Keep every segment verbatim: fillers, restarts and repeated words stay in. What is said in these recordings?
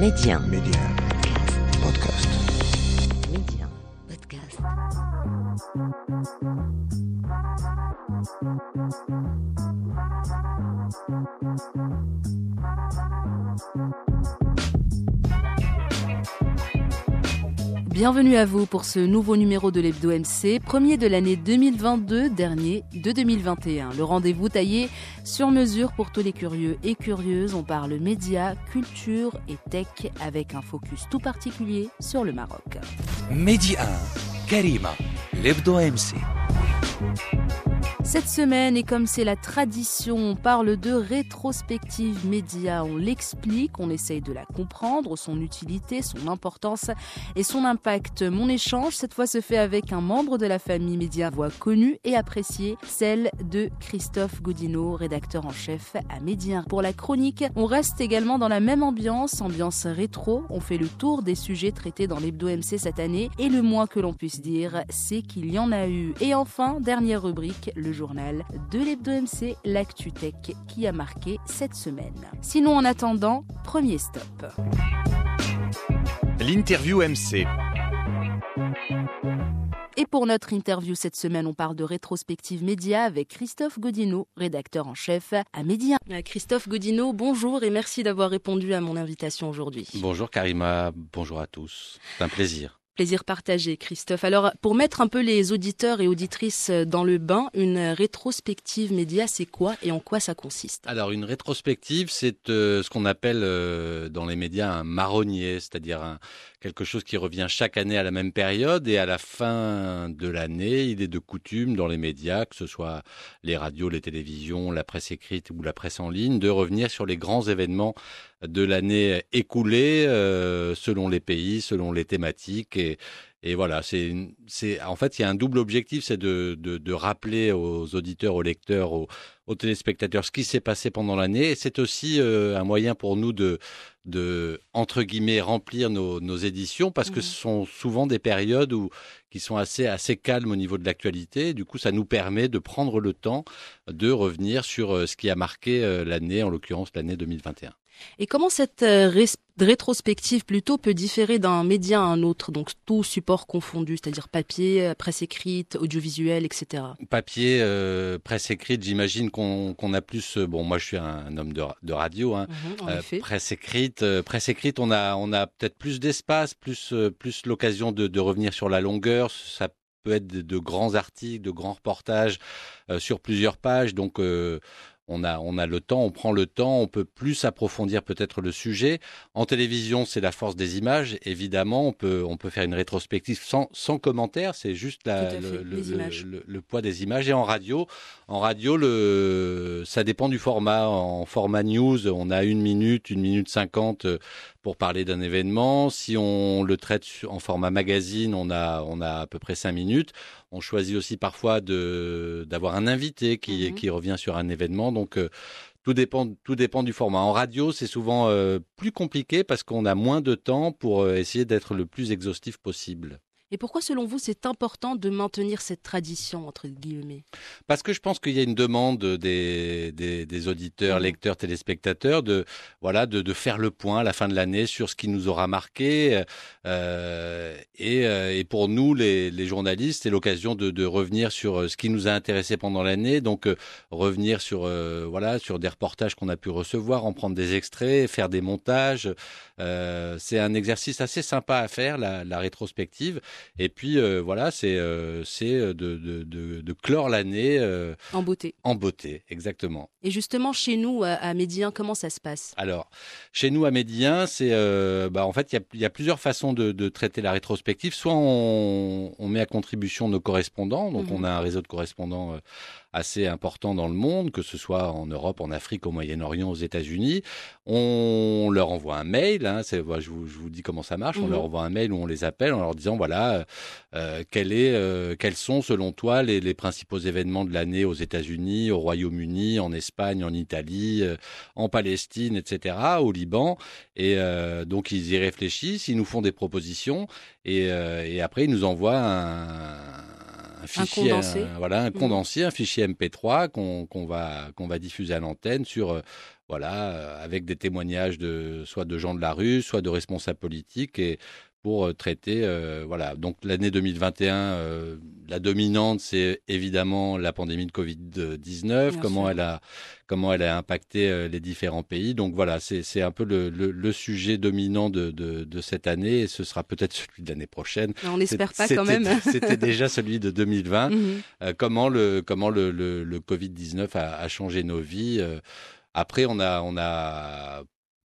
Média. Média. Podcast. Média. Podcast. Bienvenue à vous pour ce nouveau numéro de l'Hebdo M C, premier de l'année deux mille vingt-deux, dernier de deux mille vingt et un. Le rendez-vous taillé sur mesure pour tous les curieux et curieuses. On parle médias, culture et tech avec un focus tout particulier sur le Maroc. Medi un, Karima, l'Hebdo M C. Cette semaine, et comme c'est la tradition, on parle de rétrospective média. On l'explique, on essaye de la comprendre, son utilité, son importance et son impact. Mon échange, cette fois, se fait avec un membre de la famille média, voix connue et appréciée, celle de Christophe Gaudineau, rédacteur en chef à Média. Pour la chronique, on reste également dans la même ambiance, ambiance rétro. On fait le tour des sujets traités dans l'Hebdo M C cette année et le moins que l'on puisse dire, c'est qu'il y en a eu. Et enfin, dernière rubrique, le journal de l'Hebdo M C, l'actu tech qui a marqué cette semaine. Sinon, en attendant, premier stop. L'interview M C. Et pour notre interview cette semaine, on parle de rétrospective média avec Christophe Gaudineau, rédacteur en chef à Média. Christophe Gaudineau, bonjour et merci d'avoir répondu à mon invitation aujourd'hui. Bonjour Karima, bonjour à tous, c'est un plaisir. Plaisir partagé, Christophe. Alors, pour mettre un peu les auditeurs et auditrices dans le bain, une rétrospective média, c'est quoi et en quoi ça consiste ? Alors, une rétrospective, c'est euh, ce qu'on appelle euh, dans les médias un marronnier, c'est-à-dire un, quelque chose qui revient chaque année à la même période et à la fin de l'année, il est de coutume dans les médias, que ce soit les radios, les télévisions, la presse écrite ou la presse en ligne, de revenir sur les grands événements de l'année écoulée, euh, selon les pays, selon les thématiques. Et, et voilà, c'est, c'est, en fait, il y a un double objectif, c'est de, de, de rappeler aux auditeurs, aux lecteurs, aux, aux téléspectateurs ce qui s'est passé pendant l'année. Et c'est aussi euh, un moyen pour nous de, de entre guillemets, remplir nos, nos éditions, parce que ce sont souvent des périodes où, qui sont assez, assez calmes au niveau de l'actualité. Du coup, ça nous permet de prendre le temps de revenir sur ce qui a marqué l'année, en l'occurrence l'année deux mille vingt et un. Et comment cette euh, ré- rétrospective plutôt peut différer d'un média à un autre, donc tout support confondu, c'est-à-dire papier, presse écrite, audiovisuel, et cetera. Papier, euh, presse écrite, j'imagine qu'on, qu'on a plus. Euh, bon, moi, je suis un homme de, de radio. Hein, Mmh, en euh, effet. Presse écrite, euh, presse écrite, on a, on a peut-être plus d'espace, plus, euh, plus l'occasion de, de revenir sur la longueur. Ça peut être de, de grands articles, de grands reportages euh, sur plusieurs pages, donc. Euh, On a, on a le temps, on prend le temps, on peut plus approfondir peut-être le sujet. En télévision, c'est la force des images. Évidemment, on peut, on peut faire une rétrospective sans, sans commentaire. C'est juste la, le, le, le, le, le poids des images. Et en radio, en radio, le, ça dépend du format. En format news, on a une minute, une minute cinquante pour parler d'un événement. Si on le traite en format magazine, on a, on a à peu près cinq minutes. On choisit aussi parfois de, d'avoir un invité qui, mmh. qui revient sur un événement. Donc, euh, tout dépend, tout dépend du format. En radio, c'est souvent euh, plus compliqué parce qu'on a moins de temps pour euh, essayer d'être le plus exhaustif possible. Et pourquoi, selon vous, c'est important de maintenir cette tradition, entre guillemets ? Parce que je pense qu'il y a une demande des, des, des auditeurs, mmh. lecteurs, téléspectateurs de, voilà, de, de faire le point à la fin de l'année sur ce qui nous aura marqué. Euh, et, et pour nous, les, les journalistes, c'est l'occasion de, de revenir sur ce qui nous a intéressé pendant l'année. Donc, euh, revenir sur, euh, voilà, sur des reportages qu'on a pu recevoir, en prendre des extraits, faire des montages. Euh, c'est un exercice assez sympa à faire, la, la rétrospective. Et puis euh, voilà, c'est, euh, c'est de, de, de, de clore l'année euh, en beauté. En beauté, exactement. Et justement, chez nous, à, à Média, comment ça se passe ? Alors, chez nous, à Média, c'est, euh, bah, en fait, il y, y a plusieurs façons de, de traiter la rétrospective. Soit on, on met à contribution nos correspondants, donc mmh. on a un réseau de correspondants euh, assez important dans le monde, que ce soit en Europe, en Afrique, au Moyen-Orient, aux États-Unis. On leur envoie un mail, hein, c'est, voilà, je, vous, je vous dis comment ça marche, mmh. on leur envoie un mail où on les appelle en leur disant, voilà, Euh, quel est, euh, quels sont, selon toi, les, les principaux événements de l'année aux États-Unis, au Royaume-Uni, en Espagne, en Italie, euh, en Palestine, et cetera, au Liban. Et euh, donc, ils y réfléchissent, ils nous font des propositions et, euh, et après, ils nous envoient un, un fichier, un condensé, un, voilà, un, condensé, mmh. un fichier M P trois qu'on, qu'on, va, qu'on va diffuser à l'antenne sur... Euh, voilà, avec des témoignages de soit de gens de la rue, soit de responsables politiques, et pour traiter, euh, voilà. Donc l'année deux mille vingt et un, euh, la dominante, c'est évidemment la pandémie de covid dix-neuf, comment sûr. elle a, comment elle a impacté euh, les différents pays. Donc voilà, c'est, c'est un peu le, le, le sujet dominant de, de, de cette année, et ce sera peut-être celui de l'année prochaine. On n'espère pas c'était, quand même. C'était déjà celui de deux mille vingt. Mm-hmm. euh, comment le, comment le, le, le covid dix-neuf a, a changé nos vies. Euh, après, on a, on a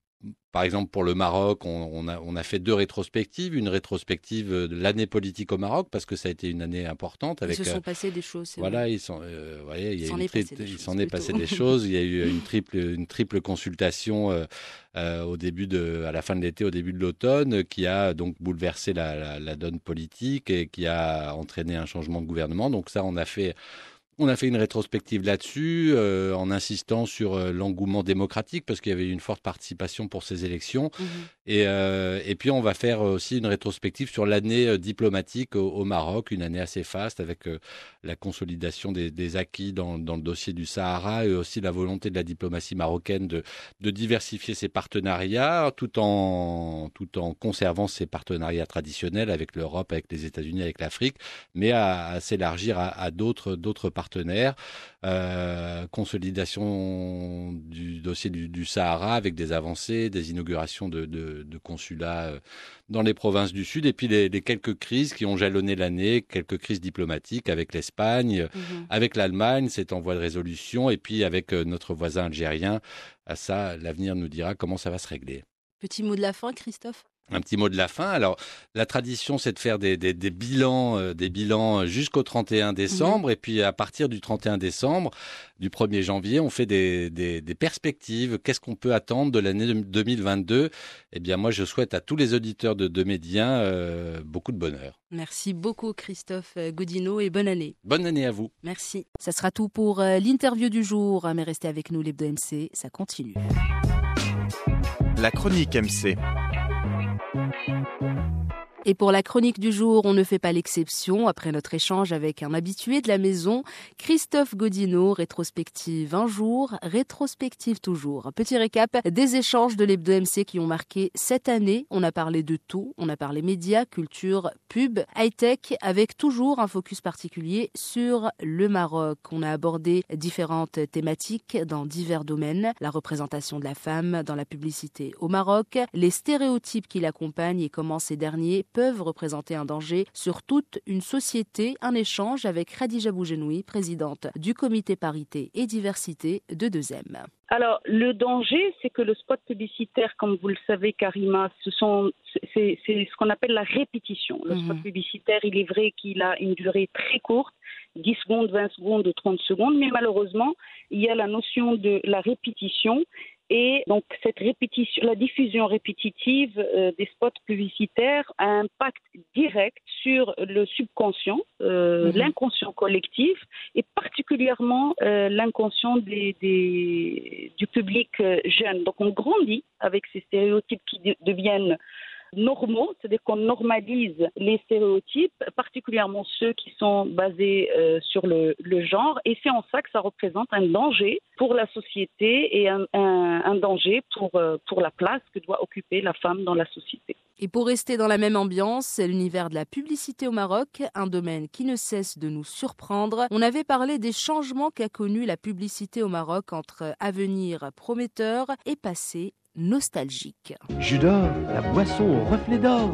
Par exemple, pour le Maroc, on, on, a, on a fait deux rétrospectives. Une rétrospective de l'année politique au Maroc, parce que ça a été une année importante. Avec, il se sont passées des choses. C'est voilà, vrai. ils sont, euh, voyez, il, il y a s'en une est tri- passé des il choses. s'en est passé des choses. Il y a eu une triple, une triple consultation euh, euh, au début de, à la fin de l'été, au début de l'automne, qui a donc bouleversé la, la, la donne politique et qui a entraîné un changement de gouvernement. Donc ça, on a fait... On a fait une rétrospective là-dessus, euh, en insistant sur euh, l'engouement démocratique, parce qu'il y avait eu une forte participation pour ces élections. Mmh. Et, euh, et puis, on va faire aussi une rétrospective sur l'année euh, diplomatique au, au Maroc, une année assez faste, avec euh, la consolidation des, des acquis dans, dans le dossier du Sahara, et aussi la volonté de la diplomatie marocaine de, de diversifier ses partenariats, tout en, tout en conservant ses partenariats traditionnels avec l'Europe, avec les États-Unis, avec l'Afrique, mais à, à s'élargir à, à d'autres, d'autres partenaires. Partenaires, euh, consolidation du dossier du, du Sahara avec des avancées, des inaugurations de, de, de consulats euh, dans les provinces du Sud, et puis les, les quelques crises qui ont jalonné l'année, quelques crises diplomatiques avec l'Espagne, mmh. avec l'Allemagne, c'est en voie de résolution, et puis avec euh, notre voisin algérien. À ça, l'avenir nous dira comment ça va se régler. Petit mot de la fin, Christophe? Un petit mot de la fin. Alors, la tradition, c'est de faire des, des, des bilans, euh, des bilans jusqu'au trente et un décembre. Mmh. Et puis, à partir du trente et un décembre, du premier janvier, on fait des, des, des perspectives. Qu'est-ce qu'on peut attendre de l'année deux mille vingt-deux? Eh bien, moi, je souhaite à tous les auditeurs de, de Média euh, beaucoup de bonheur. Merci beaucoup, Christophe Godino, et bonne année. Bonne année à vous. Merci. Ça sera tout pour euh, l'interview du jour. Mais restez avec nous, l'Hebdo M C, ça continue. La chronique M C. Et pour la chronique du jour, on ne fait pas l'exception. Après notre échange avec un habitué de la maison, Christophe Godino, rétrospective un jour, rétrospective toujours. Petit récap des échanges de l'Hebdo M C qui ont marqué cette année. On a parlé de tout, on a parlé médias, culture, pub, high-tech, avec toujours un focus particulier sur le Maroc. On a abordé différentes thématiques dans divers domaines. La représentation de la femme dans la publicité au Maroc, les stéréotypes qui l'accompagnent et comment ces derniers peuvent représenter un danger sur toute une société. Un échange avec Khadija Boujenoui, présidente du comité parité et diversité de deux M. Alors, le danger, c'est que le spot publicitaire, comme vous le savez, Karima, ce sont, c'est, c'est ce qu'on appelle la répétition. Le mmh. spot publicitaire, il est vrai qu'il a une durée très courte, dix secondes, vingt secondes, trente secondes, mais malheureusement, il y a la notion de la répétition. Et donc, cette répétition, la diffusion répétitive euh, des spots publicitaires a un impact direct sur le subconscient, euh, mmh. l'inconscient collectif, et particulièrement euh, l'inconscient des, des, du public euh, jeune. Donc, on grandit avec ces stéréotypes qui de, deviennent normaux, c'est-à-dire qu'on normalise les stéréotypes, particulièrement ceux qui sont basés euh, sur le, le genre, et c'est en ça que ça représente un danger pour la société et un, un, un danger pour, euh, pour la place que doit occuper la femme dans la société. Et pour rester dans la même ambiance, c'est l'univers de la publicité au Maroc, un domaine qui ne cesse de nous surprendre. On avait parlé des changements qu'a connu la publicité au Maroc entre avenir prometteur et passé nostalgique. Jus d'or, la boisson au reflet d'or.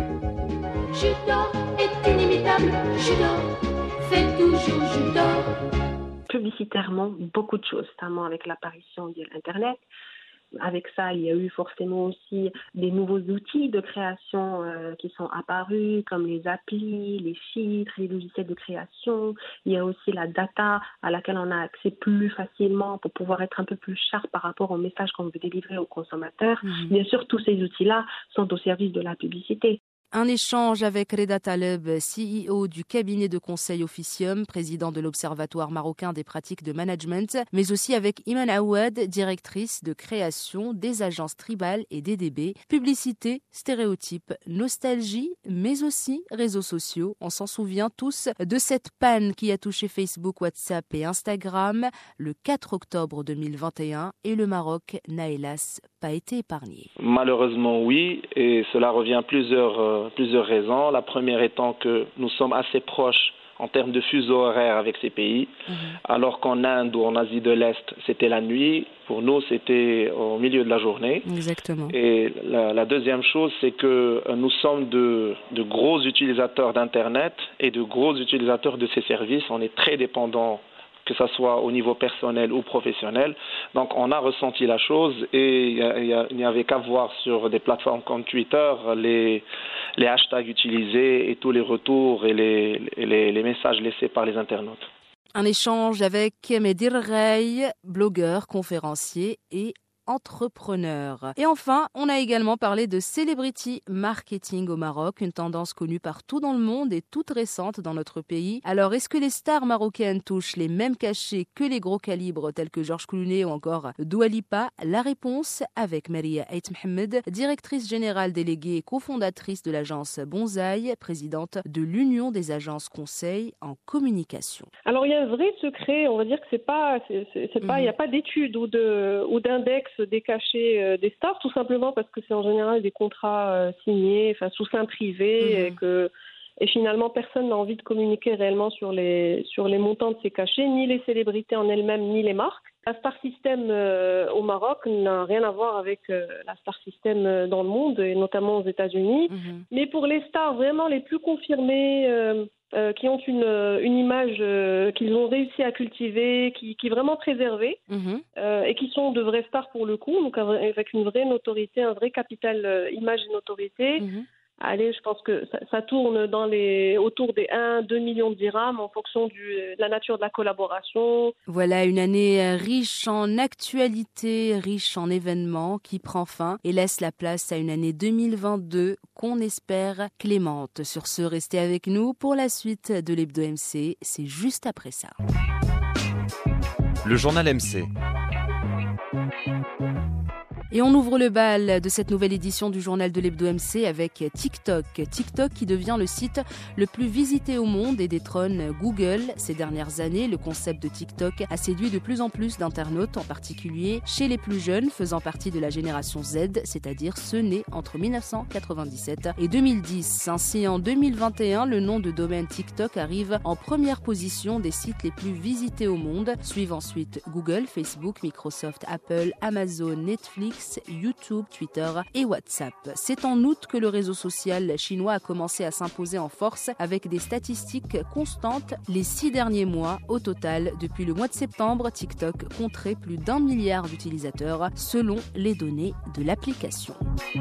Jus d'or est inimitable, Jus d'or fait toujours Jus d'or. Publicitairement, beaucoup de choses, notamment avec l'apparition de l'Internet. Avec ça, il y a eu forcément aussi des nouveaux outils de création euh, qui sont apparus, comme les applis, les filtres, les logiciels de création. Il y a aussi la data à laquelle on a accès plus facilement pour pouvoir être un peu plus sharp par rapport au message qu'on veut délivrer aux consommateurs. Mmh. Bien sûr, tous ces outils-là sont au service de la publicité. Un échange avec Reda Taleb, C E O du cabinet de conseil Officium, président de l'Observatoire marocain des pratiques de management, mais aussi avec Iman Aouad, directrice de création des agences Tribal et D D B. Publicité, stéréotypes, nostalgie, mais aussi réseaux sociaux. On s'en souvient tous de cette panne qui a touché Facebook, WhatsApp et Instagram le quatre octobre deux mille vingt et un et le Maroc n'a hélas pas été épargné. Malheureusement oui, et cela revient à plusieurs, euh, plusieurs raisons. La première étant que nous sommes assez proches en termes de fuseau horaire avec ces pays, mmh. alors qu'en Inde ou en Asie de l'Est, c'était la nuit. Pour nous, c'était au milieu de la journée. Exactement. Et la, la deuxième chose, c'est que nous sommes de, de gros utilisateurs d'Internet et de gros utilisateurs de ces services. On est très dépendants, que ce soit au niveau personnel ou professionnel. Donc on a ressenti la chose et il n'y avait qu'à voir sur des plateformes comme Twitter les, les hashtags utilisés et tous les retours et les, les, les messages laissés par les internautes. Un échange avec Medir Rey, blogueur, conférencier et entrepreneur. Et enfin, on a également parlé de celebrity marketing au Maroc, une tendance connue partout dans le monde et toute récente dans notre pays. Alors, est-ce que les stars marocaines touchent les mêmes cachets que les gros calibres tels que Georges Clooney ou encore Dua Lipa? La réponse avec Maria Ait Mohamed, directrice générale déléguée et cofondatrice de l'agence Bonsaï, présidente de l'Union des agences conseils en communication. Alors, il y a un vrai secret, on va dire que c'est pas, c'est, c'est, c'est pas, il mmh. n'y a pas d'études ou de, ou d'index des cachets euh, des stars, tout simplement parce que c'est en général des contrats euh, signés, enfin sous seing privé, mmh. et que et finalement personne n'a envie de communiquer réellement sur les sur les montants de ces cachets, ni les célébrités en elles-mêmes, ni les marques. La star system euh, au Maroc n'a rien à voir avec euh, la star system euh, dans le monde, et notamment aux États-Unis. Mmh. Mais pour les stars vraiment les plus confirmées, euh, Euh, qui ont une, une image euh, qu'ils ont réussi à cultiver, qui, qui est vraiment préservée, mmh. euh, et qui sont de vraies stars pour le coup, donc avec une vraie notoriété, un vrai capital euh, image et notoriété. Mmh. Allez, je pense que ça, ça tourne dans les, autour des un à deux millions de dirhams en fonction du, de la nature de la collaboration. Voilà une année riche en actualités, riche en événements qui prend fin et laisse la place à une année deux mille vingt-deux qu'on espère clémente. Sur ce, restez avec nous pour la suite de l'Hebdo M C. C'est juste après ça. Le journal M C. Et on ouvre le bal de cette nouvelle édition du journal de l'Hebdo M C avec TikTok. TikTok qui devient le site le plus visité au monde et détrône Google. Ces dernières années, le concept de TikTok a séduit de plus en plus d'internautes, en particulier chez les plus jeunes faisant partie de la génération Z, c'est-à-dire ceux nés entre dix-neuf cent quatre-vingt-dix-sept et deux mille dix. Ainsi, en deux mille vingt et un, le nom de domaine TikTok arrive en première position des sites les plus visités au monde. Suivent ensuite Google, Facebook, Microsoft, Apple, Amazon, Netflix, YouTube, Twitter et WhatsApp. C'est en août que le réseau social chinois a commencé à s'imposer en force avec des statistiques constantes les six derniers mois. Au total, depuis le mois de septembre, TikTok compterait plus d'un milliard d'utilisateurs selon les données de l'application.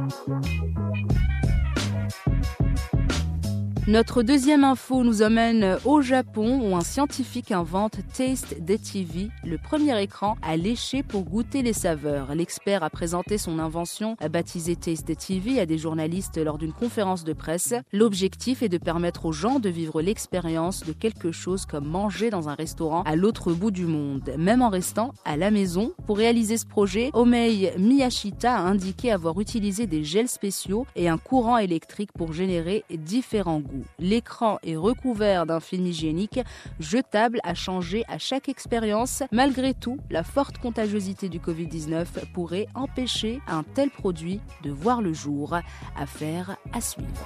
Notre deuxième info nous emmène au Japon où un scientifique invente Taste D T V, le premier écran à lécher pour goûter les saveurs. L'expert a présenté son invention baptisée Taste D T V à des journalistes lors d'une conférence de presse. L'objectif est de permettre aux gens de vivre l'expérience de quelque chose comme manger dans un restaurant à l'autre bout du monde, même en restant à la maison. Pour réaliser ce projet, Omei Miyashita a indiqué avoir utilisé des gels spéciaux et un courant électrique pour générer différents goûts. L'écran est recouvert d'un film hygiénique jetable à changer à chaque expérience. Malgré tout, la forte contagiosité du covid dix-neuf pourrait empêcher un tel produit de voir le jour. Affaire à suivre.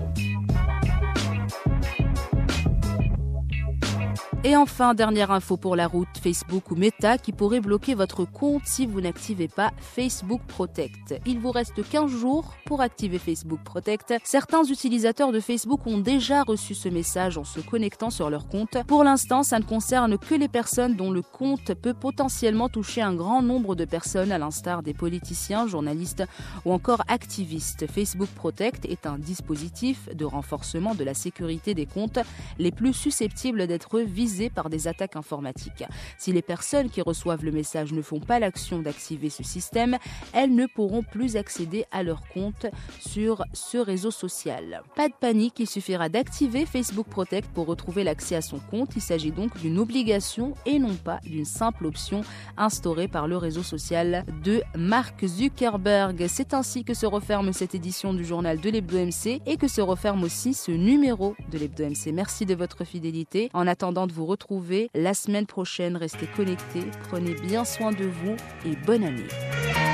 Et enfin, dernière info pour la route, Facebook ou Meta qui pourrait bloquer votre compte si vous n'activez pas Facebook Protect. Il vous reste quinze jours pour activer Facebook Protect. Certains utilisateurs de Facebook ont déjà reçu ce message en se connectant sur leur compte. Pour l'instant, ça ne concerne que les personnes dont le compte peut potentiellement toucher un grand nombre de personnes, à l'instar des politiciens, journalistes ou encore activistes. Facebook Protect est un dispositif de renforcement de la sécurité des comptes les plus susceptibles d'être visés visées par des attaques informatiques. Si les personnes qui reçoivent le message ne font pas l'action d'activer ce système, elles ne pourront plus accéder à leur compte sur ce réseau social. Pas de panique, il suffira d'activer Facebook Protect pour retrouver l'accès à son compte. Il s'agit donc d'une obligation et non pas d'une simple option instaurée par le réseau social de Mark Zuckerberg. C'est ainsi que se referme cette édition du journal de l'Hebdo M C et que se referme aussi ce numéro de l'Hebdo M C. Merci de votre fidélité. En attendant de vous retrouver la semaine prochaine, restez connectés, prenez bien soin de vous et bonne année.